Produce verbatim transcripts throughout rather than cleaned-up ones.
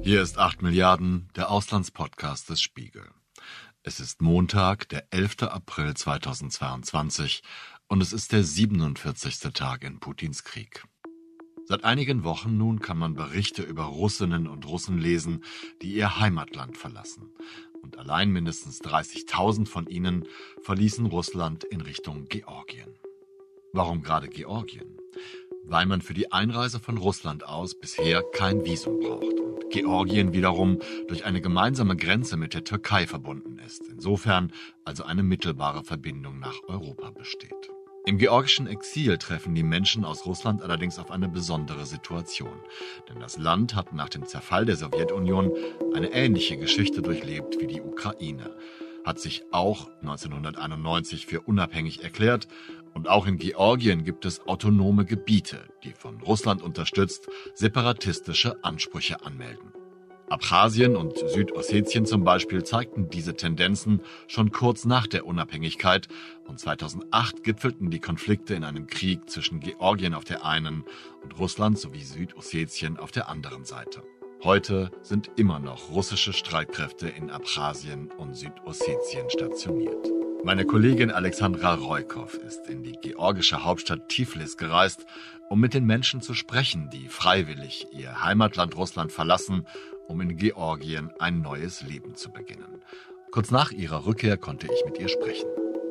Hier ist acht Milliarden, der Auslandspodcast des Spiegel. Es ist Montag, der elfter April zweitausendzweiundzwanzig und es ist der siebenundvierzigste Tag in Putins Krieg. Seit einigen Wochen nun kann man Berichte über Russinnen und Russen lesen, die ihr Heimatland verlassen. Und allein mindestens dreißigtausend von ihnen verließen Russland in Richtung Georgien. Warum gerade Georgien? Weil man für die Einreise von Russland aus bisher kein Visum braucht und Georgien wiederum durch eine gemeinsame Grenze mit der Türkei verbunden ist, insofern also eine mittelbare Verbindung nach Europa besteht. Im georgischen Exil treffen die Menschen aus Russland allerdings auf eine besondere Situation, denn das Land hat nach dem Zerfall der Sowjetunion eine ähnliche Geschichte durchlebt wie die Ukraine, hat sich auch neunzehnhunderteinundneunzig für unabhängig erklärt. Und auch in Georgien gibt es autonome Gebiete, die von Russland unterstützt separatistische Ansprüche anmelden. Abchasien und Südossetien zum Beispiel zeigten diese Tendenzen schon kurz nach der Unabhängigkeit und zweitausendacht gipfelten die Konflikte in einem Krieg zwischen Georgien auf der einen und Russland sowie Südossetien auf der anderen Seite. Heute sind immer noch russische Streitkräfte in Abchasien und Südossetien stationiert. Meine Kollegin Alexandra Roykov ist in die georgische Hauptstadt Tiflis gereist, um mit den Menschen zu sprechen, die freiwillig ihr Heimatland Russland verlassen, um in Georgien ein neues Leben zu beginnen. Kurz nach ihrer Rückkehr konnte ich mit ihr sprechen.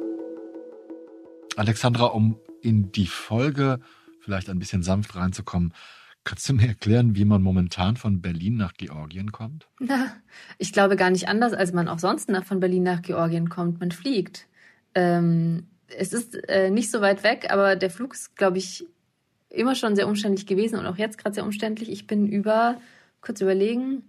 Alexandra, um in die Folge vielleicht ein bisschen sanft reinzukommen, kannst du mir erklären, wie man momentan von Berlin nach Georgien kommt? Na, ich glaube gar nicht anders, als man auch sonst nach, von Berlin nach Georgien kommt. Man fliegt. Ähm, es ist äh, nicht so weit weg, aber der Flug ist, glaube ich, immer schon sehr umständlich gewesen und auch jetzt gerade sehr umständlich. Ich bin über, kurz überlegen,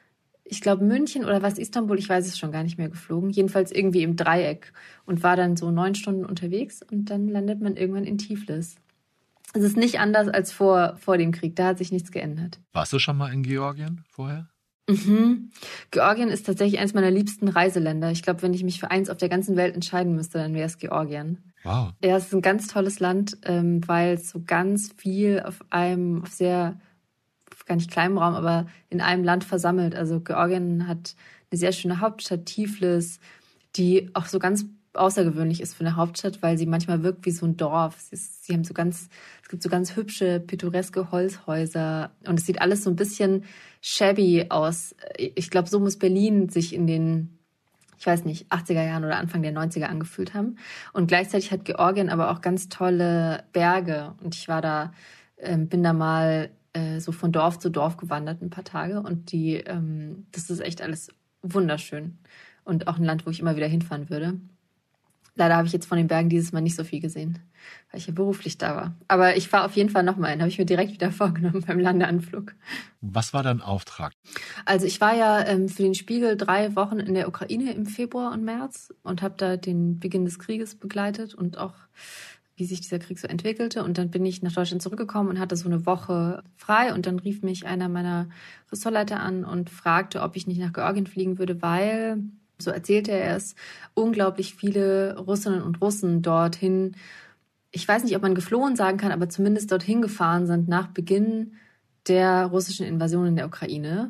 ich glaube München oder was Istanbul, ich weiß es schon gar nicht mehr, geflogen. Jedenfalls irgendwie im Dreieck und war dann so neun Stunden unterwegs und dann landet man irgendwann in Tiflis. Es ist nicht anders als vor, vor dem Krieg. Da hat sich nichts geändert. Warst du schon mal in Georgien vorher? Mhm. Georgien ist tatsächlich eines meiner liebsten Reiseländer. Ich glaube, wenn ich mich für eins auf der ganzen Welt entscheiden müsste, dann wäre es Georgien. Wow. Ja, es ist ein ganz tolles Land, ähm, weil es so ganz viel auf einem, auf sehr, auf gar nicht kleinem Raum, aber in einem Land versammelt. Also Georgien hat eine sehr schöne Hauptstadt, Tiflis, die auch so ganz außergewöhnlich ist für eine Hauptstadt, weil sie manchmal wirkt wie so ein Dorf. Sie, ist, sie haben so ganz, es gibt so ganz hübsche, pittoreske Holzhäuser und es sieht alles so ein bisschen shabby aus. Ich glaube, so muss Berlin sich in den, ich weiß nicht, achtziger Jahren oder Anfang der neunziger angefühlt haben. Und gleichzeitig hat Georgien aber auch ganz tolle Berge und ich war da, äh, bin da mal äh, so von Dorf zu Dorf gewandert ein paar Tage und die, ähm, das ist echt alles wunderschön und auch ein Land, wo ich immer wieder hinfahren würde. Leider habe ich jetzt von den Bergen dieses Mal nicht so viel gesehen, weil ich ja beruflich da war. Aber ich fahre auf jeden Fall nochmal hin, habe ich mir direkt wieder vorgenommen beim Landeanflug. Was war dein Auftrag? Also ich war ja ähm, für den Spiegel drei Wochen in der Ukraine im Februar und März und habe da den Beginn des Krieges begleitet und auch, wie sich dieser Krieg so entwickelte. Und dann bin ich nach Deutschland zurückgekommen und hatte so eine Woche frei. Und dann rief mich einer meiner Ressortleiter an und fragte, ob ich nicht nach Georgien fliegen würde, weil... So erzählte er es, unglaublich viele Russinnen und Russen dorthin, ich weiß nicht, ob man geflohen sagen kann, aber zumindest dorthin gefahren sind nach Beginn der russischen Invasion in der Ukraine.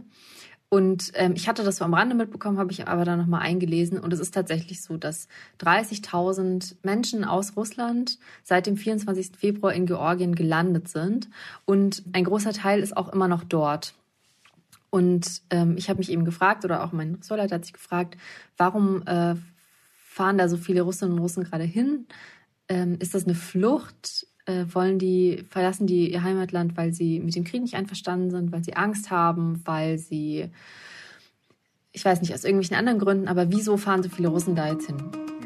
Und ähm, ich hatte das so am Rande mitbekommen, habe ich aber dann nochmal eingelesen. Und es ist tatsächlich so, dass dreißigtausend Menschen aus Russland seit dem vierundzwanzigsten Februar in Georgien gelandet sind. Und ein großer Teil ist auch immer noch dort. Und ähm, ich habe mich eben gefragt, oder auch mein Ressortleiter hat sich gefragt, warum äh, fahren da so viele Russinnen und Russen gerade hin? Ähm, ist das eine Flucht? Äh, wollen die, verlassen die ihr Heimatland, weil sie mit dem Krieg nicht einverstanden sind, weil sie Angst haben, weil sie, ich weiß nicht, aus irgendwelchen anderen Gründen, aber wieso fahren so viele Russen da jetzt hin?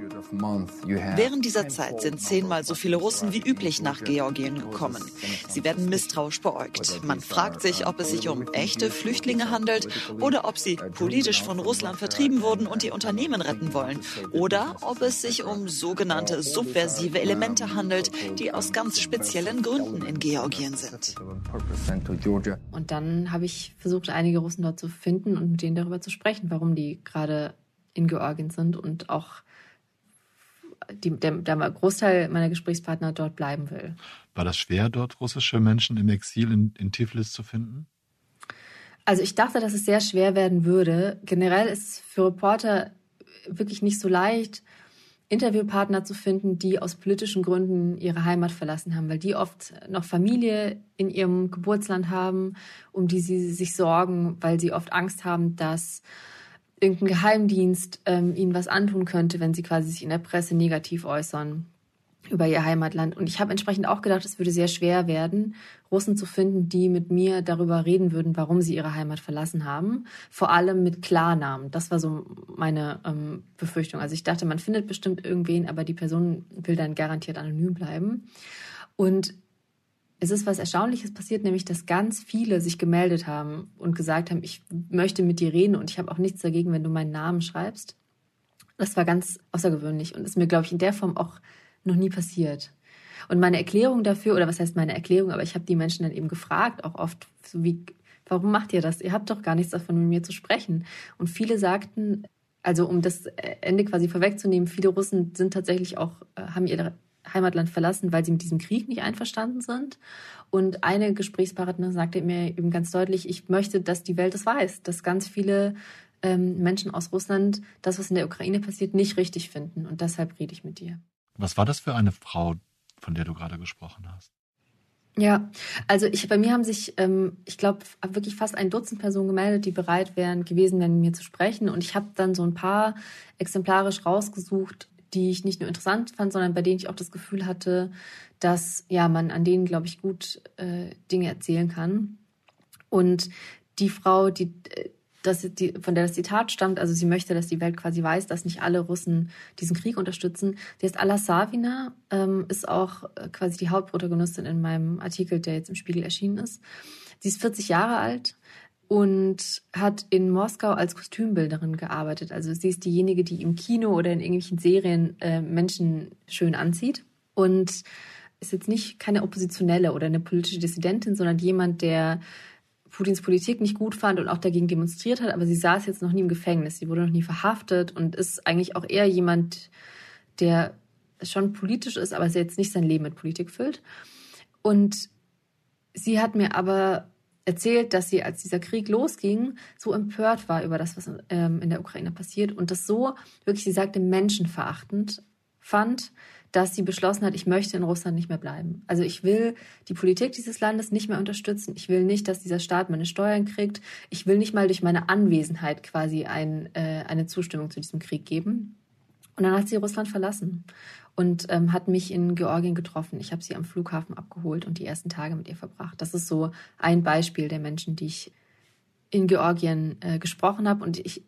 Während dieser Zeit sind zehnmal so viele Russen wie üblich nach Georgien gekommen. Sie werden misstrauisch beäugt. Man fragt sich, ob es sich um echte Flüchtlinge handelt oder ob sie politisch von Russland vertrieben wurden und ihr Unternehmen retten wollen. Oder ob es sich um sogenannte subversive Elemente handelt, die aus ganz speziellen Gründen in Georgien sind. Und dann habe ich versucht, einige Russen dort zu finden und mit denen darüber zu sprechen, warum die gerade in Georgien sind und auch Die, der, der Großteil meiner Gesprächspartner dort bleiben will. War das schwer, dort russische Menschen im Exil in, in Tiflis zu finden? Also ich dachte, dass es sehr schwer werden würde. Generell ist es für Reporter wirklich nicht so leicht, Interviewpartner zu finden, die aus politischen Gründen ihre Heimat verlassen haben, weil die oft noch Familie in ihrem Geburtsland haben, um die sie sich sorgen, weil sie oft Angst haben, dass irgendein Geheimdienst ähm, ihnen was antun könnte, wenn sie quasi sich in der Presse negativ äußern über ihr Heimatland. Und ich habe entsprechend auch gedacht, es würde sehr schwer werden, Russen zu finden, die mit mir darüber reden würden, warum sie ihre Heimat verlassen haben. Vor allem mit Klarnamen. Das war so meine ähm, Befürchtung. Also ich dachte, man findet bestimmt irgendwen, aber die Person will dann garantiert anonym bleiben. Und es ist was Erstaunliches passiert, nämlich, dass ganz viele sich gemeldet haben und gesagt haben, ich möchte mit dir reden und ich habe auch nichts dagegen, wenn du meinen Namen schreibst. Das war ganz außergewöhnlich und ist mir, glaube ich, in der Form auch noch nie passiert. Und meine Erklärung dafür, oder was heißt meine Erklärung, aber ich habe die Menschen dann eben gefragt, auch oft, so wie, warum macht ihr das? Ihr habt doch gar nichts davon, mit mir zu sprechen. Und viele sagten, also um das Ende quasi vorwegzunehmen, viele Russen sind tatsächlich auch, haben ihr Heimatland verlassen, weil sie mit diesem Krieg nicht einverstanden sind. Und eine Gesprächspartnerin sagte mir eben ganz deutlich, ich möchte, dass die Welt es weiß, dass ganz viele ähm, Menschen aus Russland das, was in der Ukraine passiert, nicht richtig finden. Und deshalb rede ich mit dir. Was war das für eine Frau, von der du gerade gesprochen hast? Ja, also ich, bei mir haben sich, ähm, ich glaube, wirklich fast ein Dutzend Personen gemeldet, die bereit wären gewesen wären, mit mir zu sprechen. Und ich habe dann so ein paar exemplarisch rausgesucht, die ich nicht nur interessant fand, sondern bei denen ich auch das Gefühl hatte, dass ja man an denen, glaube ich, gut äh, Dinge erzählen kann. Und die Frau, die, das, die, von der das Zitat stammt, also sie möchte, dass die Welt quasi weiß, dass nicht alle Russen diesen Krieg unterstützen. Die heißt Alla Savina, ähm, ist auch äh, quasi die Hauptprotagonistin in meinem Artikel, der jetzt im Spiegel erschienen ist. Sie ist vierzig Jahre alt und hat in Moskau als Kostümbildnerin gearbeitet. Also sie ist diejenige, die im Kino oder in irgendwelchen Serien äh, Menschen schön anzieht. Und ist jetzt nicht keine Oppositionelle oder eine politische Dissidentin, sondern jemand, der Putins Politik nicht gut fand und auch dagegen demonstriert hat. Aber sie saß jetzt noch nie im Gefängnis. Sie wurde noch nie verhaftet und ist eigentlich auch eher jemand, der schon politisch ist, aber jetzt nicht sein Leben mit Politik füllt. Und sie hat mir aber erzählt, dass sie, als dieser Krieg losging, so empört war über das, was ähm, in der Ukraine passiert und das so, wirklich, sie sagte, menschenverachtend fand, dass sie beschlossen hat, ich möchte in Russland nicht mehr bleiben. Also ich will die Politik dieses Landes nicht mehr unterstützen. Ich will nicht, dass dieser Staat meine Steuern kriegt. Ich will nicht mal durch meine Anwesenheit quasi ein, äh, eine Zustimmung zu diesem Krieg geben. Und dann hat sie Russland verlassen und ähm, hat mich in Georgien getroffen. Ich habe sie am Flughafen abgeholt und die ersten Tage mit ihr verbracht. Das ist so ein Beispiel der Menschen, die ich in Georgien äh, gesprochen habe. Und ich,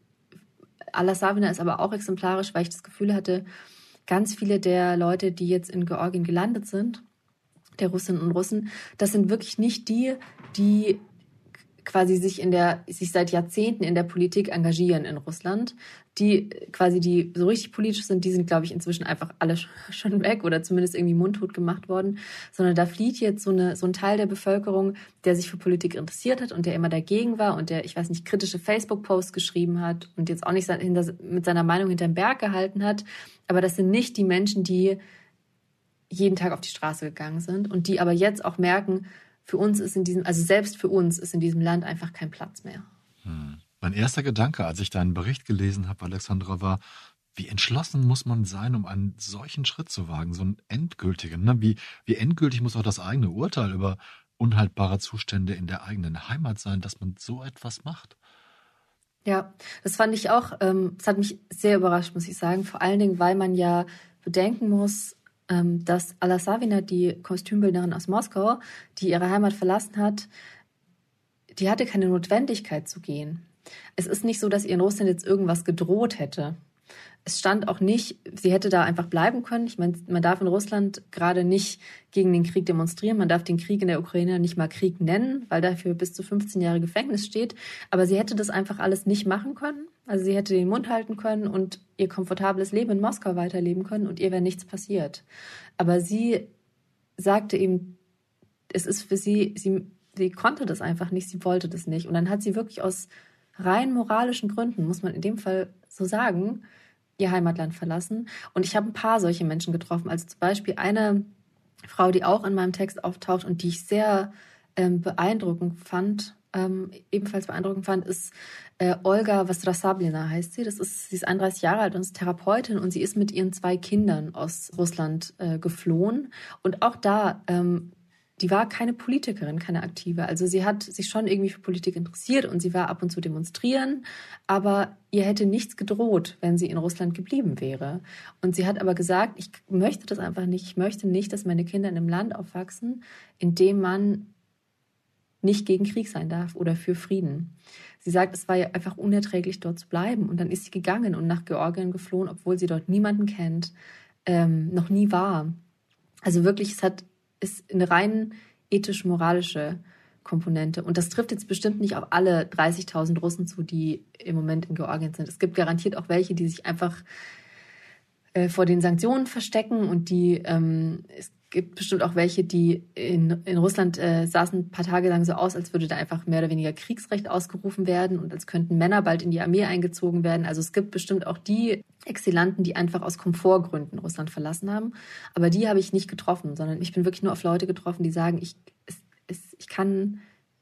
Alla Savina ist aber auch exemplarisch, weil ich das Gefühl hatte, ganz viele der Leute, die jetzt in Georgien gelandet sind, der Russinnen und Russen, das sind wirklich nicht die, die quasi sich in der, sich seit Jahrzehnten in der Politik engagieren in Russland. Die quasi, die so richtig politisch sind, die sind, glaube ich, inzwischen einfach alle schon weg oder zumindest irgendwie mundtot gemacht worden. Sondern da flieht jetzt so eine, so ein Teil der Bevölkerung, der sich für Politik interessiert hat und der immer dagegen war und der, ich weiß nicht, kritische Facebook-Posts geschrieben hat und jetzt auch nicht hinter, mit seiner Meinung hinterm Berg gehalten hat. Aber das sind nicht die Menschen, die jeden Tag auf die Straße gegangen sind und die aber jetzt auch merken, für uns ist in diesem, also selbst für uns ist in diesem Land einfach kein Platz mehr. Hm. Mein erster Gedanke, als ich deinen Bericht gelesen habe, Alexandra, war, wie entschlossen muss man sein, um einen solchen Schritt zu wagen, so einen endgültigen. Ne? Wie, wie endgültig muss auch das eigene Urteil über unhaltbare Zustände in der eigenen Heimat sein, dass man so etwas macht? Ja, das fand ich auch, ähm, das hat mich sehr überrascht, muss ich sagen. Vor allen Dingen, weil man ja bedenken muss, ähm, dass Alla Savina, die Kostümbildnerin aus Moskau, die ihre Heimat verlassen hat, die hatte keine Notwendigkeit zu gehen. Es ist nicht so, dass ihr in Russland jetzt irgendwas gedroht hätte. Es stand auch nicht, sie hätte da einfach bleiben können. Ich meine, man darf in Russland gerade nicht gegen den Krieg demonstrieren. Man darf den Krieg in der Ukraine nicht mal Krieg nennen, weil dafür bis zu fünfzehn Jahre Gefängnis steht. Aber sie hätte das einfach alles nicht machen können. Also sie hätte den Mund halten können und ihr komfortables Leben in Moskau weiterleben können und ihr wäre nichts passiert. Aber sie sagte eben, es ist für sie, sie, sie konnte das einfach nicht, sie wollte das nicht. Und dann hat sie wirklich aus rein moralischen Gründen, muss man in dem Fall so sagen, ihr Heimatland verlassen. Und ich habe ein paar solche Menschen getroffen. Also zum Beispiel eine Frau, die auch in meinem Text auftaucht und die ich sehr ähm, beeindruckend fand, ähm, ebenfalls beeindruckend fand, ist äh, Olga Wasrasablina heißt sie. Das ist, sie ist einunddreißig Jahre alt und ist Therapeutin und sie ist mit ihren zwei Kindern aus Russland äh, geflohen. Und auch da, ähm, die war keine Politikerin, keine aktive. Also sie hat sich schon irgendwie für Politik interessiert und sie war ab und zu demonstrieren, aber ihr hätte nichts gedroht, wenn sie in Russland geblieben wäre. Und sie hat aber gesagt, ich möchte das einfach nicht. Ich möchte nicht, dass meine Kinder in einem Land aufwachsen, in dem man nicht gegen Krieg sein darf oder für Frieden. Sie sagt, es war ja einfach unerträglich, dort zu bleiben. Und dann ist sie gegangen und nach Georgien geflohen, obwohl sie dort niemanden kennt, ähm, noch nie war. Also wirklich, es hat, ist eine rein ethisch-moralische Komponente. Und das trifft jetzt bestimmt nicht auf alle dreißigtausend Russen zu, die im Moment in Georgien sind. Es gibt garantiert auch welche, die sich einfach äh, vor den Sanktionen verstecken und die, ähm, es gibt bestimmt auch welche, die in, in Russland äh, saßen ein paar Tage lang so aus, als würde da einfach mehr oder weniger Kriegsrecht ausgerufen werden und als könnten Männer bald in die Armee eingezogen werden. Also es gibt bestimmt auch die Exilanten, die einfach aus Komfortgründen Russland verlassen haben. Aber die habe ich nicht getroffen, sondern ich bin wirklich nur auf Leute getroffen, die sagen, ich, es, es, ich kann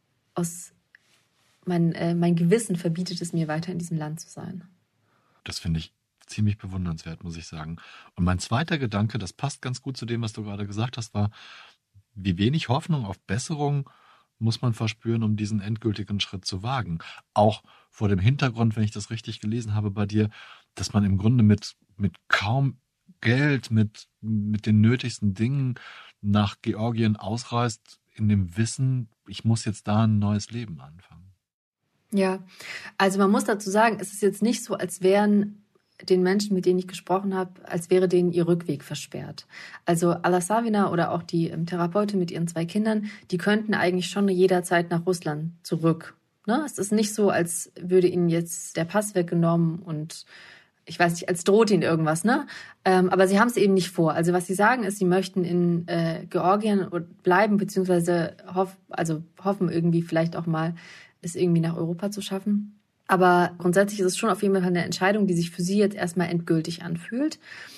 aus mein, äh, mein Gewissen verbietet es mir, weiter in diesem Land zu sein. Das finde ich ziemlich bewundernswert, muss ich sagen. Und mein zweiter Gedanke, das passt ganz gut zu dem, was du gerade gesagt hast, war, wie wenig Hoffnung auf Besserung muss man verspüren, um diesen endgültigen Schritt zu wagen. Auch vor dem Hintergrund, wenn ich das richtig gelesen habe bei dir, dass man im Grunde mit, mit kaum Geld, mit, mit den nötigsten Dingen nach Georgien ausreist, in dem Wissen, ich muss jetzt da ein neues Leben anfangen. Ja, also man muss dazu sagen, es ist jetzt nicht so, als wären den Menschen, mit denen ich gesprochen habe, als wäre denen ihr Rückweg versperrt. Also Alla Savina oder auch die ähm, Therapeutin mit ihren zwei Kindern, die könnten eigentlich schon jederzeit nach Russland zurück. Ne? Es ist nicht so, als würde ihnen jetzt der Pass weggenommen und ich weiß nicht, als droht ihnen irgendwas. Ne? Ähm, aber sie haben es eben nicht vor. Also was sie sagen ist, sie möchten in äh, Georgien bleiben, beziehungsweise hoff, also hoffen irgendwie vielleicht auch mal, es irgendwie nach Europa zu schaffen. Aber grundsätzlich ist es schon auf jeden Fall eine Entscheidung, die sich für sie jetzt erstmal endgültig anfühlt.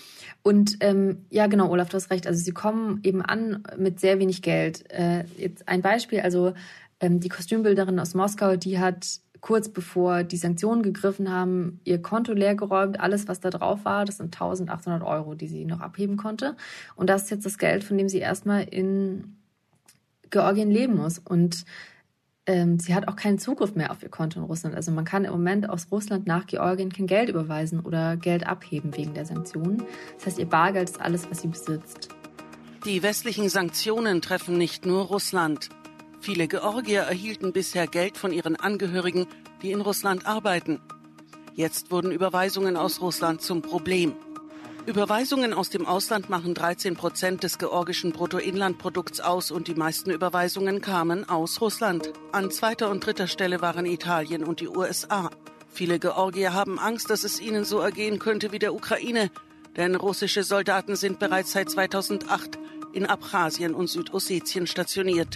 Und ähm, ja, genau, Olaf, du hast recht. Also sie kommen eben an mit sehr wenig Geld. Äh, jetzt ein Beispiel, also ähm, die Kostümbilderin aus Moskau, die hat kurz bevor die Sanktionen gegriffen haben, ihr Konto leergeräumt. Alles, was da drauf war, das sind eintausendachthundert Euro, die sie noch abheben konnte. Und das ist jetzt das Geld, von dem sie erstmal in Georgien leben muss. Und Ähm, sie hat auch keinen Zugriff mehr auf ihr Konto in Russland. Also man kann im Moment aus Russland nach Georgien kein Geld überweisen oder Geld abheben wegen der Sanktionen. Das heißt, ihr Bargeld ist alles, was sie besitzt. Die westlichen Sanktionen treffen nicht nur Russland. Viele Georgier erhielten bisher Geld von ihren Angehörigen, die in Russland arbeiten. Jetzt wurden Überweisungen aus Russland zum Problem. Überweisungen aus dem Ausland machen dreizehn Prozent des georgischen Bruttoinlandprodukts aus und die meisten Überweisungen kamen aus Russland. An zweiter und dritter Stelle waren Italien und die U S A. Viele Georgier haben Angst, dass es ihnen so ergehen könnte wie der Ukraine, denn russische Soldaten sind bereits seit zweitausendacht in Abchasien und Südossetien stationiert.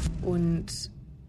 Und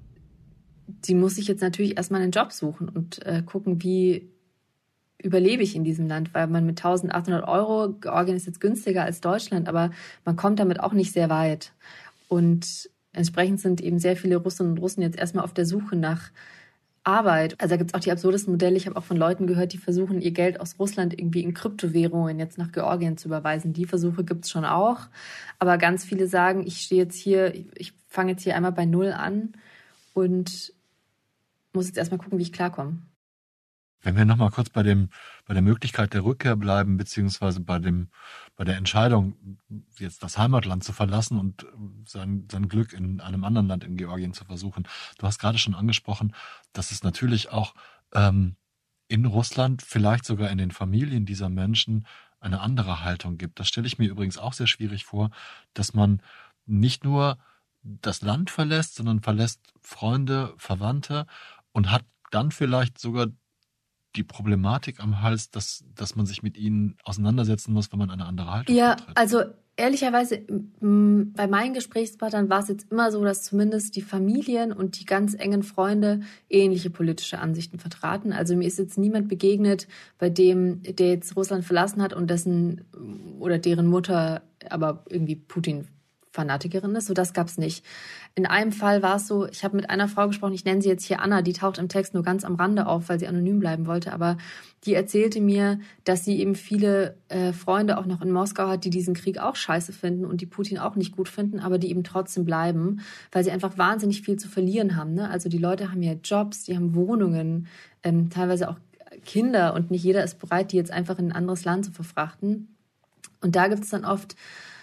sie muss sich jetzt natürlich erstmal einen Job suchen und äh, gucken, wie überlebe ich in diesem Land, weil man mit eintausendachthundert Euro, Georgien ist jetzt günstiger als Deutschland, aber man kommt damit auch nicht sehr weit. Und entsprechend sind eben sehr viele Russinnen und Russen jetzt erstmal auf der Suche nach Arbeit. Also da gibt es auch die absurdesten Modelle. Ich habe auch von Leuten gehört, die versuchen, ihr Geld aus Russland irgendwie in Kryptowährungen jetzt nach Georgien zu überweisen. Die Versuche gibt es schon auch. Aber ganz viele sagen, ich stehe jetzt hier, ich fange jetzt hier einmal bei Null an und muss jetzt erstmal gucken, wie ich klarkomme. Wenn wir nochmal kurz bei dem, bei der Möglichkeit der Rückkehr bleiben, beziehungsweise bei dem, bei der Entscheidung, jetzt das Heimatland zu verlassen und sein, sein Glück in einem anderen Land in Georgien zu versuchen. Du hast gerade schon angesprochen, dass es natürlich auch ähm, in Russland, vielleicht sogar in den Familien dieser Menschen, eine andere Haltung gibt. Das stelle ich mir übrigens auch sehr schwierig vor, dass man nicht nur das Land verlässt, sondern verlässt Freunde, Verwandte und hat dann vielleicht sogar die Problematik am Hals, dass, dass man sich mit ihnen auseinandersetzen muss, wenn man eine andere Haltung ja, vertritt. Ja, also ehrlicherweise, m- bei meinen Gesprächspartnern war es jetzt immer so, dass zumindest die Familien und die ganz engen Freunde ähnliche politische Ansichten vertraten. Also mir ist jetzt niemand begegnet, bei dem, der jetzt Russland verlassen hat und dessen oder deren Mutter aber irgendwie Putin Fanatikerin ist. So, das gab's nicht. In einem Fall war es so, ich habe mit einer Frau gesprochen, ich nenne sie jetzt hier Anna, die taucht im Text nur ganz am Rande auf, weil sie anonym bleiben wollte, aber die erzählte mir, dass sie eben viele äh, Freunde auch noch in Moskau hat, die diesen Krieg auch scheiße finden und die Putin auch nicht gut finden, aber die eben trotzdem bleiben, weil sie einfach wahnsinnig viel zu verlieren haben. Ne? Also die Leute haben ja Jobs, die haben Wohnungen, ähm, teilweise auch Kinder und nicht jeder ist bereit, die jetzt einfach in ein anderes Land zu verfrachten. Und da gibt es dann oft,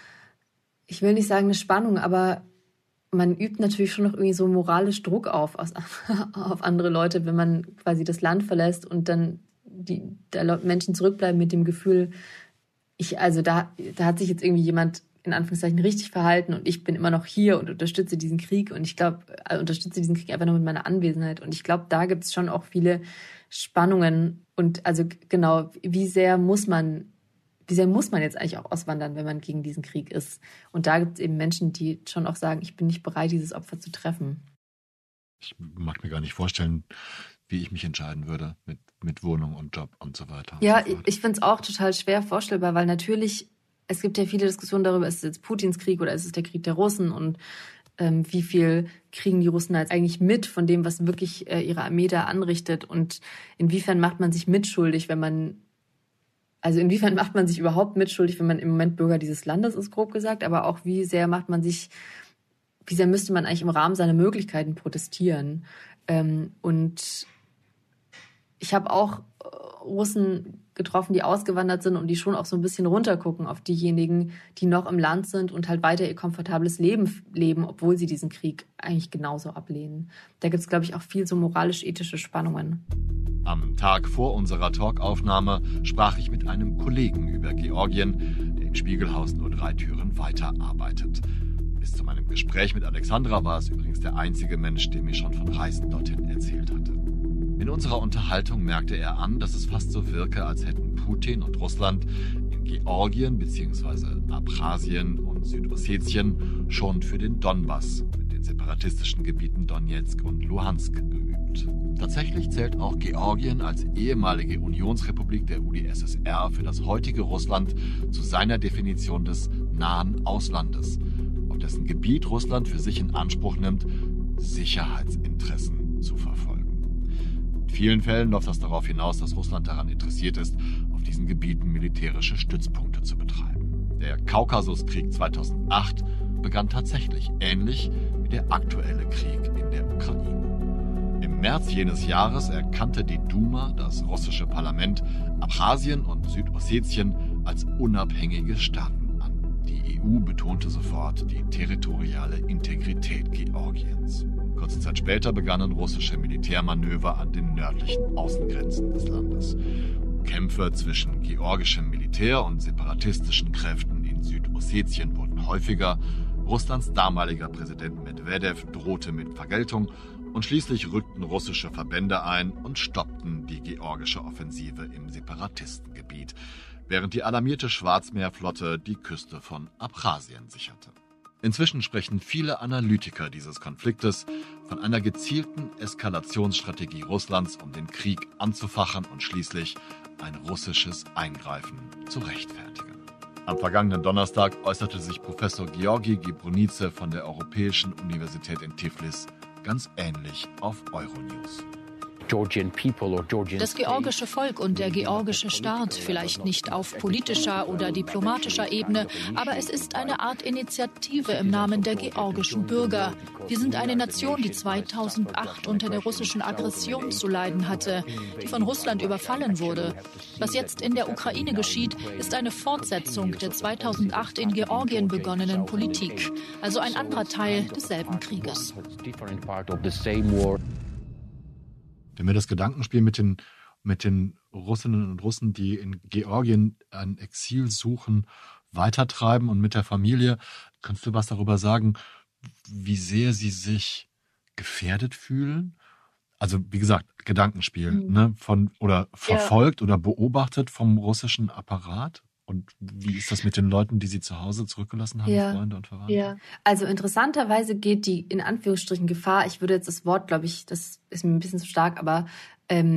ich will nicht sagen eine Spannung, aber man übt natürlich schon noch irgendwie so moralisch Druck auf, aus, auf andere Leute, wenn man quasi das Land verlässt und dann die da Menschen zurückbleiben mit dem Gefühl, ich, also da, da hat sich jetzt irgendwie jemand in Anführungszeichen richtig verhalten und ich bin immer noch hier und unterstütze diesen Krieg und ich glaube, also unterstütze diesen Krieg einfach nur mit meiner Anwesenheit und ich glaube, da gibt es schon auch viele Spannungen und also genau, wie sehr muss man Wie sehr muss man jetzt eigentlich auch auswandern, wenn man gegen diesen Krieg ist? Und da gibt es eben Menschen, die schon auch sagen, ich bin nicht bereit, dieses Opfer zu treffen. Ich mag mir gar nicht vorstellen, wie ich mich entscheiden würde mit, mit Wohnung und Job und so weiter. Ja, so ich, ich finde es auch total schwer vorstellbar, weil natürlich, es gibt ja viele Diskussionen darüber, ist es jetzt Putins Krieg oder ist es der Krieg der Russen und ähm, wie viel kriegen die Russen jetzt eigentlich mit von dem, was wirklich äh, ihre Armee da anrichtet und inwiefern macht man sich mitschuldig, wenn man Also inwiefern macht man sich überhaupt mitschuldig, wenn man im Moment Bürger dieses Landes ist, grob gesagt, aber auch wie sehr macht man sich, wie sehr müsste man eigentlich im Rahmen seiner Möglichkeiten protestieren. Ähm, und ich habe auch Russen getroffen, die ausgewandert sind und die schon auch so ein bisschen runtergucken auf diejenigen, die noch im Land sind und halt weiter ihr komfortables Leben leben, obwohl sie diesen Krieg eigentlich genauso ablehnen. Da gibt es, glaube ich, auch viel so moralisch-ethische Spannungen. Am Tag vor unserer Talkaufnahme sprach ich mit einem Kollegen über Georgien, der im Spiegelhaus nur drei Türen weiterarbeitet. Bis zu meinem Gespräch mit Alexandra war es übrigens der einzige Mensch, der mir schon von Reisen dorthin erzählt hatte. In unserer Unterhaltung merkte er an, dass es fast so wirke, als hätten Putin und Russland in Georgien bzw. Abchasien und Südossetien schon für den Donbass mit den separatistischen Gebieten Donetsk und Luhansk geübt. Tatsächlich zählt auch Georgien als ehemalige Unionsrepublik der U d S S R für das heutige Russland zu seiner Definition des nahen Auslandes, auf dessen Gebiet Russland für sich in Anspruch nimmt, Sicherheitsinteressen zu verfolgen. In vielen Fällen läuft das darauf hinaus, dass Russland daran interessiert ist, auf diesen Gebieten militärische Stützpunkte zu betreiben. Der Kaukasuskrieg zweitausendacht begann tatsächlich ähnlich wie der aktuelle Krieg in der Ukraine. Im März jenes Jahres erkannte die Duma, das russische Parlament, Abchasien und Südossetien als unabhängige Staaten an. Die E U betonte sofort die territoriale Integrität Georgiens. Kurze Zeit später begannen russische Militärmanöver an den nördlichen Außengrenzen des Landes. Kämpfe zwischen georgischem Militär und separatistischen Kräften in Südossetien wurden häufiger. Russlands damaliger Präsident Medwedew drohte mit Vergeltung und schließlich rückten russische Verbände ein und stoppten die georgische Offensive im Separatistengebiet, während die alarmierte Schwarzmeerflotte die Küste von Abchasien sicherte. Inzwischen sprechen viele Analytiker dieses Konfliktes von einer gezielten Eskalationsstrategie Russlands, um den Krieg anzufachen und schließlich ein russisches Eingreifen zu rechtfertigen. Am vergangenen Donnerstag äußerte sich Professor Georgi Gebrunice von der Europäischen Universität in Tiflis ganz ähnlich auf Euronews. Das georgische Volk und der georgische Staat, vielleicht nicht auf politischer oder diplomatischer Ebene, aber es ist eine Art Initiative im Namen der georgischen Bürger. Wir sind eine Nation, die zweitausendacht unter der russischen Aggression zu leiden hatte, die von Russland überfallen wurde. Was jetzt in der Ukraine geschieht, ist eine Fortsetzung der zweitausendacht in Georgien begonnenen Politik, also ein anderer Teil desselben Krieges. Wenn wir das Gedankenspiel mit den, mit den Russinnen und Russen, die in Georgien ein Exil suchen, weitertreiben und mit der Familie, kannst du was darüber sagen, wie sehr sie sich gefährdet fühlen? Also wie gesagt, Gedankenspiel, mhm. ne, von oder verfolgt ja. oder beobachtet vom russischen Apparat? Und wie ist das mit den Leuten, die sie zu Hause zurückgelassen haben, ja. Freunde und Verwandte? Ja, also interessanterweise geht die in Anführungsstrichen Gefahr, ich würde jetzt das Wort, glaube ich, das ist mir ein bisschen zu stark, aber ähm,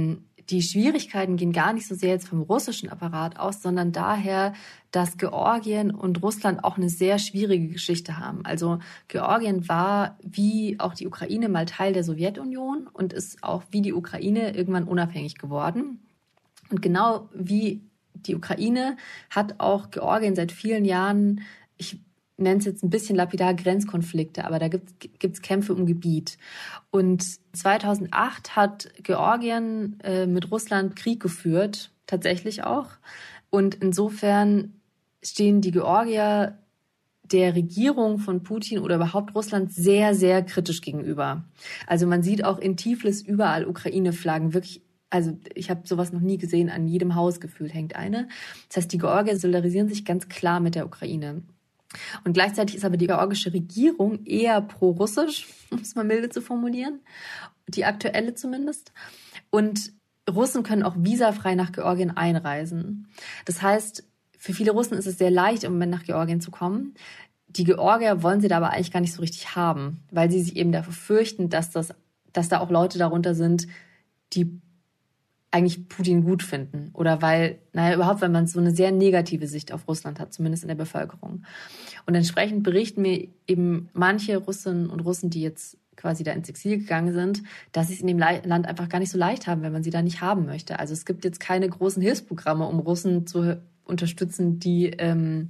die Schwierigkeiten gehen gar nicht so sehr jetzt vom russischen Apparat aus, sondern daher, dass Georgien und Russland auch eine sehr schwierige Geschichte haben. Also Georgien war wie auch die Ukraine mal Teil der Sowjetunion und ist auch wie die Ukraine irgendwann unabhängig geworden. Und genau wie die Ukraine hat auch Georgien seit vielen Jahren, ich nenne es jetzt ein bisschen lapidar, Grenzkonflikte, aber da gibt es Kämpfe um Gebiet. Und zweitausendacht hat Georgien äh, mit Russland Krieg geführt, tatsächlich auch. Und insofern stehen die Georgier der Regierung von Putin oder überhaupt Russland sehr, sehr kritisch gegenüber. Also man sieht auch in Tiflis überall Ukraine-Flaggen, wirklich. Also ich habe sowas noch nie gesehen, an jedem Haus gefühlt hängt eine. Das heißt, die Georgier solidarisieren sich ganz klar mit der Ukraine. Und gleichzeitig ist aber die georgische Regierung eher pro-russisch, um es mal milde zu formulieren, die aktuelle zumindest. Und Russen können auch visafrei nach Georgien einreisen. Das heißt, für viele Russen ist es sehr leicht, im Moment nach Georgien zu kommen. Die Georgier wollen sie da aber eigentlich gar nicht so richtig haben, weil sie sich eben davor fürchten, dass, das, dass da auch Leute darunter sind, die eigentlich Putin gut finden. Oder weil, naja, überhaupt, weil man so eine sehr negative Sicht auf Russland hat, zumindest in der Bevölkerung. Und entsprechend berichten mir eben manche Russinnen und Russen, die jetzt quasi da ins Exil gegangen sind, dass sie es in dem Land einfach gar nicht so leicht haben, wenn man sie da nicht haben möchte. Also es gibt jetzt keine großen Hilfsprogramme, um Russen zu unterstützen, die, ähm,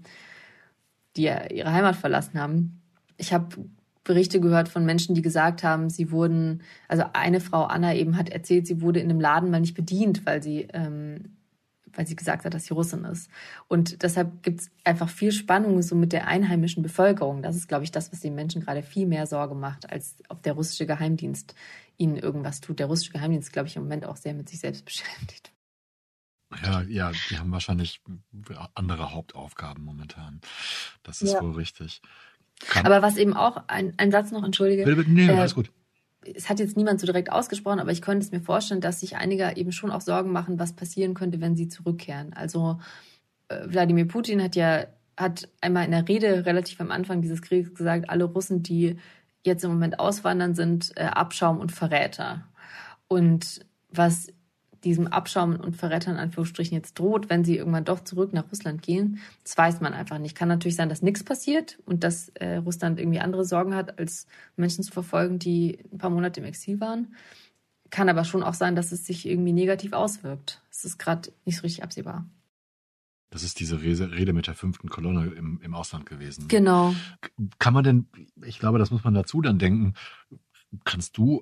die ihre Heimat verlassen haben. Ich habe Berichte gehört von Menschen, die gesagt haben, sie wurden, also eine Frau, Anna, eben hat erzählt, sie wurde in einem Laden mal nicht bedient, weil sie, ähm, weil sie gesagt hat, dass sie Russin ist. Und deshalb gibt es einfach viel Spannung so mit der einheimischen Bevölkerung. Das ist, glaube ich, das, was den Menschen gerade viel mehr Sorge macht, als ob der russische Geheimdienst ihnen irgendwas tut. Der russische Geheimdienst ist, glaube ich, im Moment auch sehr mit sich selbst beschäftigt. Ja, ja, die haben wahrscheinlich andere Hauptaufgaben momentan. Das ist ja wohl richtig. Kann. Aber was eben auch, ein, ein Satz noch, entschuldige. Bitte, bitte, nee, äh, alles gut. Es hat jetzt niemand so direkt ausgesprochen, aber ich könnte es mir vorstellen, dass sich einige eben schon auch Sorgen machen, was passieren könnte, wenn sie zurückkehren. Also äh, Wladimir Putin hat ja hat einmal in der Rede relativ am Anfang dieses Krieges gesagt, alle Russen, die jetzt im Moment auswandern, sind äh, Abschaum und Verräter. Und was diesem Abschaum und Verrätern in Anführungsstrichen jetzt droht, wenn sie irgendwann doch zurück nach Russland gehen, das weiß man einfach nicht. Kann natürlich sein, dass nichts passiert und dass äh, Russland irgendwie andere Sorgen hat, als Menschen zu verfolgen, die ein paar Monate im Exil waren. Kann aber schon auch sein, dass es sich irgendwie negativ auswirkt. Es ist gerade nicht so richtig absehbar. Das ist diese Rede mit der fünften Kolonne im, im Ausland gewesen. Genau. Kann man denn, ich glaube, das muss man dazu dann denken, kannst du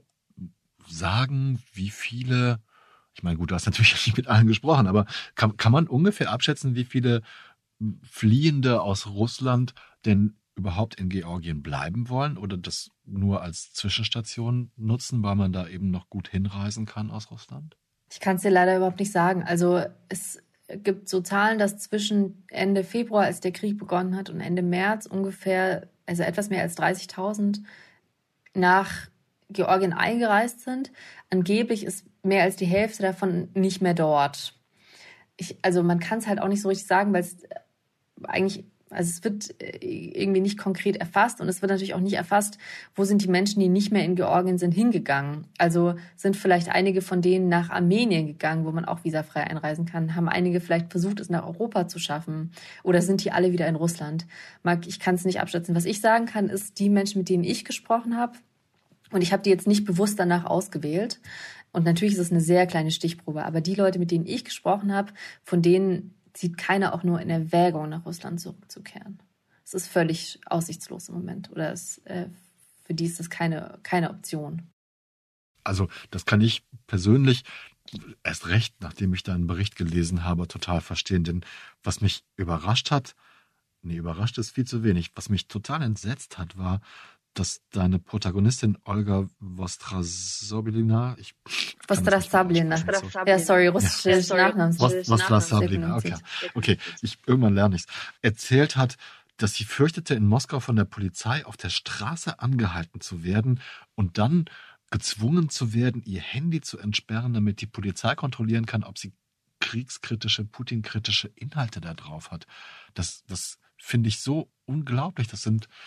sagen, wie viele, ich meine, gut, du hast natürlich nicht mit allen gesprochen, aber kann, kann man ungefähr abschätzen, wie viele Fliehende aus Russland denn überhaupt in Georgien bleiben wollen oder das nur als Zwischenstation nutzen, weil man da eben noch gut hinreisen kann aus Russland? Ich kann es dir leider überhaupt nicht sagen. Also es gibt so Zahlen, dass zwischen Ende Februar, als der Krieg begonnen hat, und Ende März ungefähr, also etwas mehr als dreißigtausend nach Georgien eingereist sind. Angeblich ist mehr als die Hälfte davon nicht mehr dort. Ich, also man kann es halt auch nicht so richtig sagen, weil es eigentlich, also es wird irgendwie nicht konkret erfasst und es wird natürlich auch nicht erfasst, wo sind die Menschen, die nicht mehr in Georgien sind, hingegangen. Also sind vielleicht einige von denen nach Armenien gegangen, wo man auch visafrei einreisen kann. Haben einige vielleicht versucht, es nach Europa zu schaffen oder sind die alle wieder in Russland? Marc, ich kann es nicht abschätzen. Was ich sagen kann, ist, die Menschen, mit denen ich gesprochen habe, und ich habe die jetzt nicht bewusst danach ausgewählt. Und natürlich ist es eine sehr kleine Stichprobe. Aber die Leute, mit denen ich gesprochen habe, von denen zieht keiner auch nur in Erwägung, nach Russland zurückzukehren. Es ist völlig aussichtslos im Moment. Oder es, äh, für die ist das keine, keine Option. Also das kann ich persönlich erst recht, nachdem ich deinen Bericht gelesen habe, total verstehen. Denn was mich überrascht hat, nee, überrascht ist viel zu wenig. Was mich total entsetzt hat, war, dass deine Protagonistin Olga Vostrasablina, ich Vostrasablina, ja, sorry, russische ja. Nachnamen. Vostrasablina, okay, okay, ich irgendwann lerne ich's. Erzählt hat, dass sie fürchtete, in Moskau von der Polizei auf der Straße angehalten zu werden und dann gezwungen zu werden, ihr Handy zu entsperren, damit die Polizei kontrollieren kann, ob sie kriegskritische, Putin-kritische Inhalte da drauf hat. Das, das finde ich so unglaublich. Das sind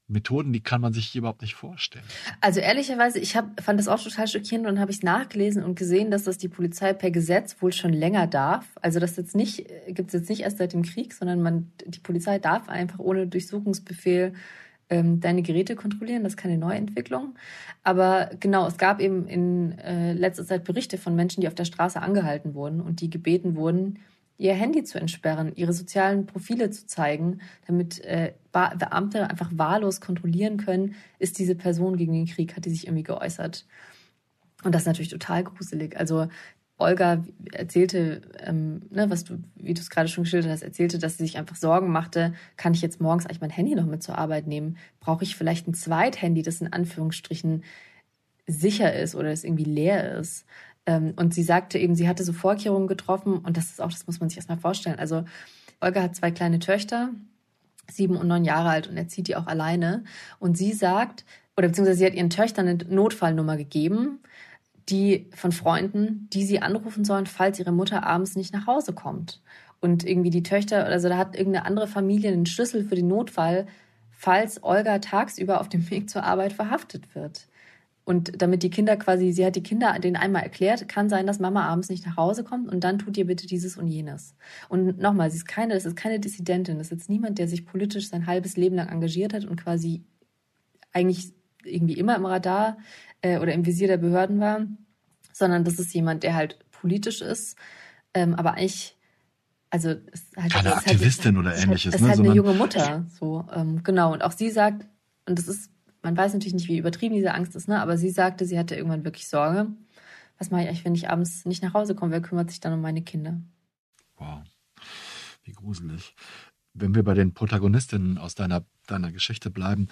Methoden, die kann man sich hier überhaupt nicht vorstellen. Also ehrlicherweise, ich hab, fand das auch total schockierend und habe ich es nachgelesen und gesehen, dass das die Polizei per Gesetz wohl schon länger darf. Also das jetzt nicht, gibt es jetzt nicht erst seit dem Krieg, sondern man, die Polizei darf einfach ohne Durchsuchungsbefehl ähm, deine Geräte kontrollieren. Das ist keine Neuentwicklung. Aber genau, es gab eben in äh, letzter Zeit Berichte von Menschen, die auf der Straße angehalten wurden und die gebeten wurden, ihr Handy zu entsperren, ihre sozialen Profile zu zeigen, damit äh, Beamte einfach wahllos kontrollieren können, ist diese Person gegen den Krieg, hat die sich irgendwie geäußert. Und das ist natürlich total gruselig. Also Olga erzählte, ähm, ne, was du, wie du es gerade schon geschildert hast, erzählte, dass sie sich einfach Sorgen machte, kann ich jetzt morgens eigentlich mein Handy noch mit zur Arbeit nehmen? Brauche ich vielleicht ein Zweithandy, das in Anführungsstrichen sicher ist oder das irgendwie leer ist? Und sie sagte eben, sie hatte so Vorkehrungen getroffen und das ist auch, das muss man sich erstmal vorstellen. Also Olga hat zwei kleine Töchter, sieben und neun Jahre alt und erzieht die auch alleine. Und sie sagt, oder beziehungsweise sie hat ihren Töchtern eine Notfallnummer gegeben, die von Freunden, die sie anrufen sollen, falls ihre Mutter abends nicht nach Hause kommt. Und irgendwie die Töchter, also da hat irgendeine andere Familie einen Schlüssel für den Notfall, falls Olga tagsüber auf dem Weg zur Arbeit verhaftet wird. Und damit die Kinder quasi, sie hat die Kinder denen einmal erklärt, kann sein, dass Mama abends nicht nach Hause kommt und dann tut ihr bitte dieses und jenes. Und nochmal, sie ist keine, das ist keine Dissidentin, das ist jetzt niemand, der sich politisch sein halbes Leben lang engagiert hat und quasi eigentlich irgendwie immer im Radar äh, oder im Visier der Behörden war, sondern das ist jemand, der halt politisch ist, ähm, aber eigentlich, also es ist halt, keine es Aktivistin halt, oder ähnliches. Es ist halt, ne? es ist halt eine junge Mutter, so ähm, genau. Und auch sie sagt, und das ist, man weiß natürlich nicht, wie übertrieben diese Angst ist, ne? Aber sie sagte, sie hatte irgendwann wirklich Sorge. Was mache ich eigentlich, wenn ich abends nicht nach Hause komme? Wer kümmert sich dann um meine Kinder? Wow, wie gruselig. Wenn wir bei den Protagonistinnen aus deiner, deiner Geschichte bleiben,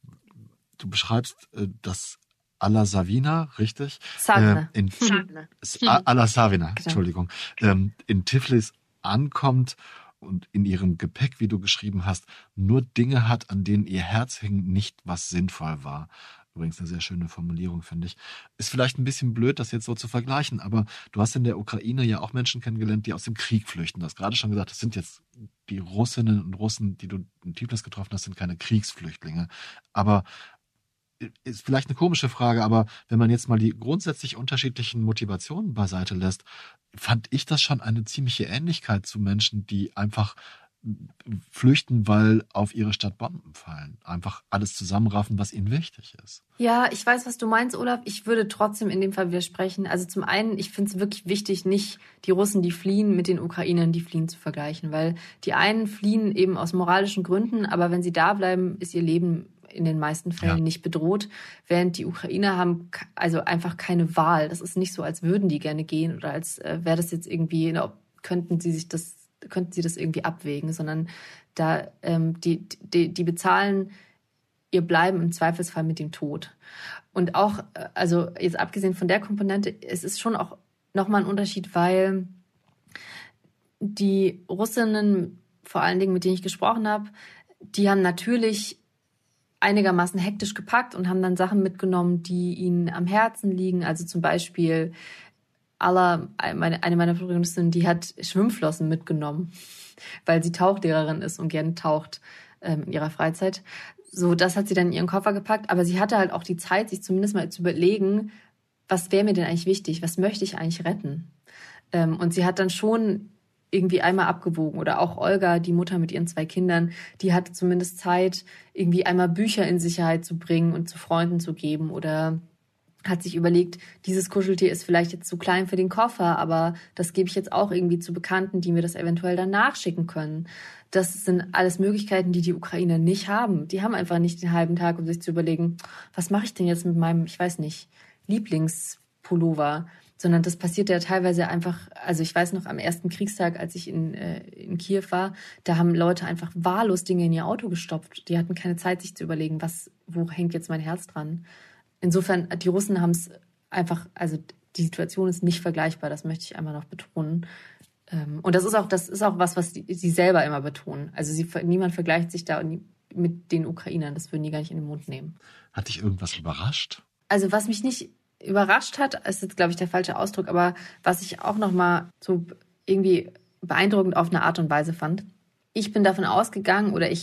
du beschreibst, dass Alla Savina, richtig? Savina. Äh, in Savina. Alla Savina, genau. Entschuldigung, ähm, in Tiflis ankommt und in ihrem Gepäck, wie du geschrieben hast, nur Dinge hat, an denen ihr Herz hing, nicht was sinnvoll war. Übrigens eine sehr schöne Formulierung, finde ich. Ist vielleicht ein bisschen blöd, das jetzt so zu vergleichen, aber du hast in der Ukraine ja auch Menschen kennengelernt, die aus dem Krieg flüchten. Du hast gerade schon gesagt, das sind jetzt die Russinnen und Russen, die du in Tiflis getroffen hast, sind keine Kriegsflüchtlinge. Aber ist vielleicht eine komische Frage, aber wenn man jetzt mal die grundsätzlich unterschiedlichen Motivationen beiseite lässt, fand ich das schon eine ziemliche Ähnlichkeit zu Menschen, die einfach flüchten, weil auf ihre Stadt Bomben fallen. Einfach alles zusammenraffen, was ihnen wichtig ist. Ja, ich weiß, was du meinst, Olaf. Ich würde trotzdem in dem Fall widersprechen. Also zum einen, ich finde es wirklich wichtig, nicht die Russen, die fliehen, mit den Ukrainern, die fliehen, zu vergleichen. Weil die einen fliehen eben aus moralischen Gründen, aber wenn sie da bleiben, ist ihr Leben in den meisten Fällen ja. nicht bedroht, während die Ukrainer haben also einfach keine Wahl. Das ist nicht so, als würden die gerne gehen oder als äh, wäre das jetzt irgendwie, na, könnten sie sich das, könnten sie das irgendwie abwägen, sondern da ähm, die, die, die bezahlen ihr Bleiben im Zweifelsfall mit dem Tod. Und auch, also jetzt abgesehen von der Komponente, es ist schon auch nochmal ein Unterschied, weil die Russinnen, vor allen Dingen, mit denen ich gesprochen habe, die haben natürlich einigermaßen hektisch gepackt und haben dann Sachen mitgenommen, die ihnen am Herzen liegen. Also zum Beispiel Alla, meine, eine meiner Protagonistinnen, die hat Schwimmflossen mitgenommen, weil sie Tauchlehrerin ist und gerne taucht ähm, in ihrer Freizeit. So, das hat sie dann in ihren Koffer gepackt. Aber sie hatte halt auch die Zeit, sich zumindest mal zu überlegen, was wäre mir denn eigentlich wichtig? Was möchte ich eigentlich retten? Ähm, und sie hat dann schon irgendwie einmal abgewogen. Oder auch Olga, die Mutter mit ihren zwei Kindern, die hatte zumindest Zeit, irgendwie einmal Bücher in Sicherheit zu bringen und zu Freunden zu geben. Oder hat sich überlegt, dieses Kuscheltier ist vielleicht jetzt zu klein für den Koffer, aber das gebe ich jetzt auch irgendwie zu Bekannten, die mir das eventuell danach schicken können. Das sind alles Möglichkeiten, die die Ukrainer nicht haben. Die haben einfach nicht den halben Tag, um sich zu überlegen, was mache ich denn jetzt mit meinem, ich weiß nicht, Lieblingspullover? Sondern das passiert ja teilweise einfach, also ich weiß noch, am ersten Kriegstag, als ich in, äh, in Kiew war, da haben Leute einfach wahllos Dinge in ihr Auto gestopft. Die hatten keine Zeit, sich zu überlegen, was, wo hängt jetzt mein Herz dran? Insofern, die Russen haben es einfach, also die Situation ist nicht vergleichbar, das möchte ich einmal noch betonen. Und das ist auch, das ist auch was, was die, sie selber immer betonen. Also sie, niemand vergleicht sich da mit den Ukrainern, das würden die gar nicht in den Mund nehmen. Hat dich irgendwas überrascht? Also was mich nicht überrascht hat, ist jetzt, glaube ich, der falsche Ausdruck, aber was ich auch nochmal so irgendwie beeindruckend auf eine Art und Weise fand. Ich bin davon ausgegangen oder ich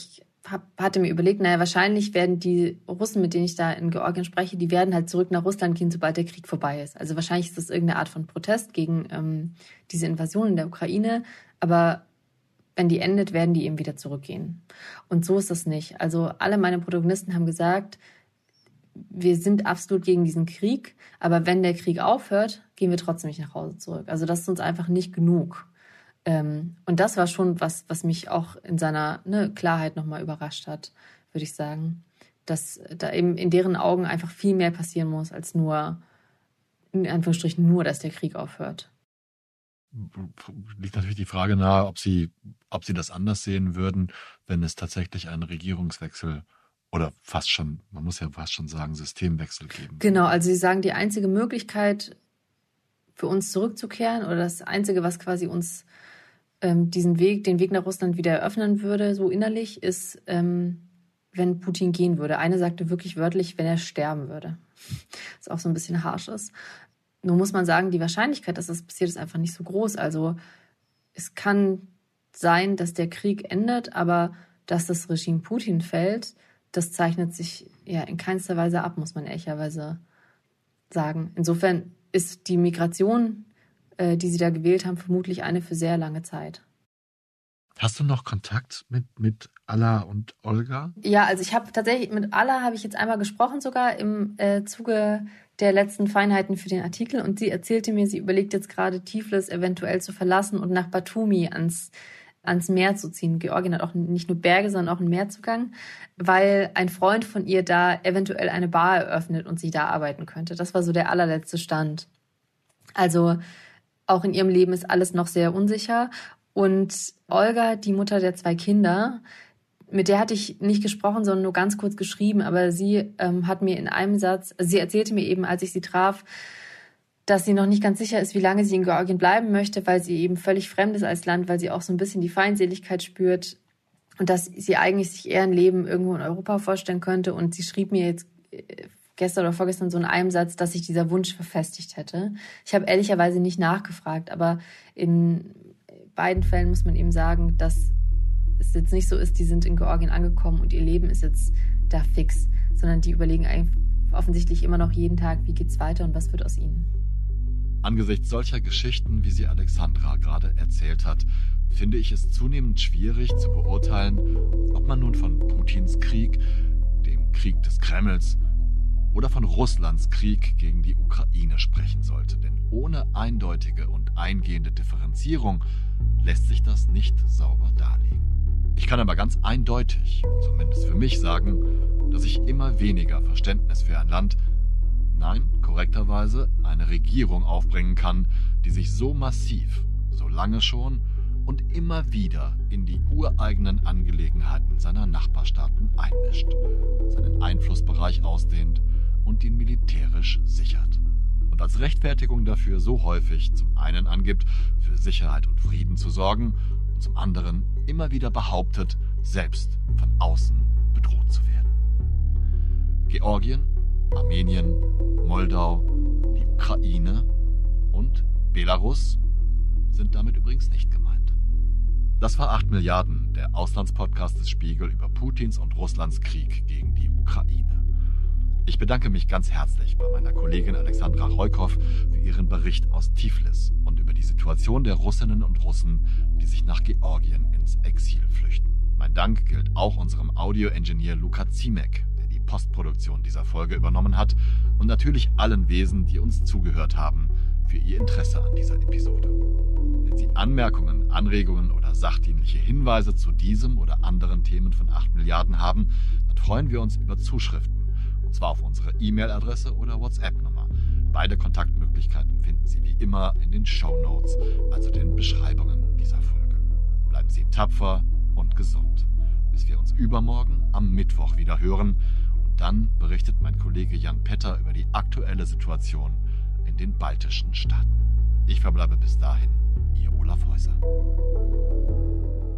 hab, hatte mir überlegt, naja, wahrscheinlich werden die Russen, mit denen ich da in Georgien spreche, die werden halt zurück nach Russland gehen, sobald der Krieg vorbei ist. Also wahrscheinlich ist das irgendeine Art von Protest gegen ähm, diese Invasion in der Ukraine. Aber wenn die endet, werden die eben wieder zurückgehen. Und so ist das nicht. Also alle meine Protagonisten haben gesagt, wir sind absolut gegen diesen Krieg, aber wenn der Krieg aufhört, gehen wir trotzdem nicht nach Hause zurück. Also das ist uns einfach nicht genug. Ähm, und das war schon was, was mich auch in seiner ne, Klarheit nochmal überrascht hat, würde ich sagen. Dass da eben in deren Augen einfach viel mehr passieren muss, als nur, in Anführungsstrichen, nur, dass der Krieg aufhört. Liegt natürlich die Frage nahe, ob sie, ob sie das anders sehen würden, wenn es tatsächlich einen Regierungswechsel oder fast schon, man muss ja fast schon sagen, Systemwechsel geben. Genau, also sie sagen, die einzige Möglichkeit für uns zurückzukehren oder das Einzige, was quasi uns ähm, diesen Weg, den Weg nach Russland wieder eröffnen würde, so innerlich, ist, ähm, wenn Putin gehen würde. Eine sagte wirklich wörtlich, wenn er sterben würde. Was auch so ein bisschen harsch ist. Nur muss man sagen, die Wahrscheinlichkeit, dass das passiert, ist einfach nicht so groß. Also es kann sein, dass der Krieg endet, aber dass das Regime Putin fällt, das zeichnet sich ja in keinster Weise ab, muss man ehrlicherweise sagen. Insofern ist die Migration, äh, die sie da gewählt haben, vermutlich eine für sehr lange Zeit. Hast du noch Kontakt mit, mit Alla und Olga? Ja, also ich habe tatsächlich, mit Alla habe ich jetzt einmal gesprochen, sogar im äh, Zuge der letzten Feinheiten für den Artikel. Und sie erzählte mir, sie überlegt jetzt gerade Tiflis eventuell zu verlassen und nach Batumi ans, ans Meer zu ziehen. Georgien hat auch nicht nur Berge, sondern auch einen Meerzugang, weil ein Freund von ihr da eventuell eine Bar eröffnet und sie da arbeiten könnte. Das war so der allerletzte Stand. Also auch in ihrem Leben ist alles noch sehr unsicher. Und Olga, die Mutter der zwei Kinder, mit der hatte ich nicht gesprochen, sondern nur ganz kurz geschrieben. Aber sie ähm, hat mir in einem Satz, also sie erzählte mir eben, als ich sie traf, dass sie noch nicht ganz sicher ist, wie lange sie in Georgien bleiben möchte, weil sie eben völlig fremd ist als Land, weil sie auch so ein bisschen die Feindseligkeit spürt und dass sie eigentlich sich eher ein Leben irgendwo in Europa vorstellen könnte. Und sie schrieb mir jetzt gestern oder vorgestern so in einem Satz, dass sich dieser Wunsch verfestigt hätte. Ich habe ehrlicherweise nicht nachgefragt, aber in beiden Fällen muss man eben sagen, dass es jetzt nicht so ist, die sind in Georgien angekommen und ihr Leben ist jetzt da fix, sondern die überlegen eigentlich offensichtlich immer noch jeden Tag, wie geht's weiter und was wird aus ihnen. Angesichts solcher Geschichten, wie sie Alexandra gerade erzählt hat, finde ich es zunehmend schwierig zu beurteilen, ob man nun von Putins Krieg, dem Krieg des Kremls oder von Russlands Krieg gegen die Ukraine sprechen sollte. Denn ohne eindeutige und eingehende Differenzierung lässt sich das nicht sauber darlegen. Ich kann aber ganz eindeutig, zumindest für mich, sagen, dass ich immer weniger Verständnis für ein Land, nein, korrekterweise eine Regierung aufbringen kann, die sich so massiv, so lange schon und immer wieder in die ureigenen Angelegenheiten seiner Nachbarstaaten einmischt, seinen Einflussbereich ausdehnt und ihn militärisch sichert. Und als Rechtfertigung dafür so häufig zum einen angibt, für Sicherheit und Frieden zu sorgen und zum anderen immer wieder behauptet, selbst von außen bedroht zu werden. Georgien, Armenien, Moldau, die Ukraine und Belarus sind damit übrigens nicht gemeint. Das war acht Milliarden, der Auslandspodcast des Spiegel über Putins und Russlands Krieg gegen die Ukraine. Ich bedanke mich ganz herzlich bei meiner Kollegin Alexandra Reukow für ihren Bericht aus Tiflis und über die Situation der Russinnen und Russen, die sich nach Georgien ins Exil flüchten. Mein Dank gilt auch unserem Audio-Engineer Luka Ziemek, der die Postproduktion dieser Folge übernommen hat, und natürlich allen Wesen, die uns zugehört haben, für ihr Interesse an dieser Episode. Wenn Sie Anmerkungen, Anregungen oder sachdienliche Hinweise zu diesem oder anderen Themen von acht Milliarden haben, dann freuen wir uns über Zuschriften. Und zwar auf unsere E-Mail-Adresse oder WhatsApp-Nummer. Beide Kontaktmöglichkeiten finden Sie wie immer in den Shownotes, also den Beschreibungen dieser Folge. Bleiben Sie tapfer und gesund, bis wir uns übermorgen am Mittwoch wieder hören. Und dann berichtet mein Kollege Jan Petter über die aktuelle Situation in den baltischen Staaten. Ich verbleibe bis dahin, Ihr Olaf Häuser.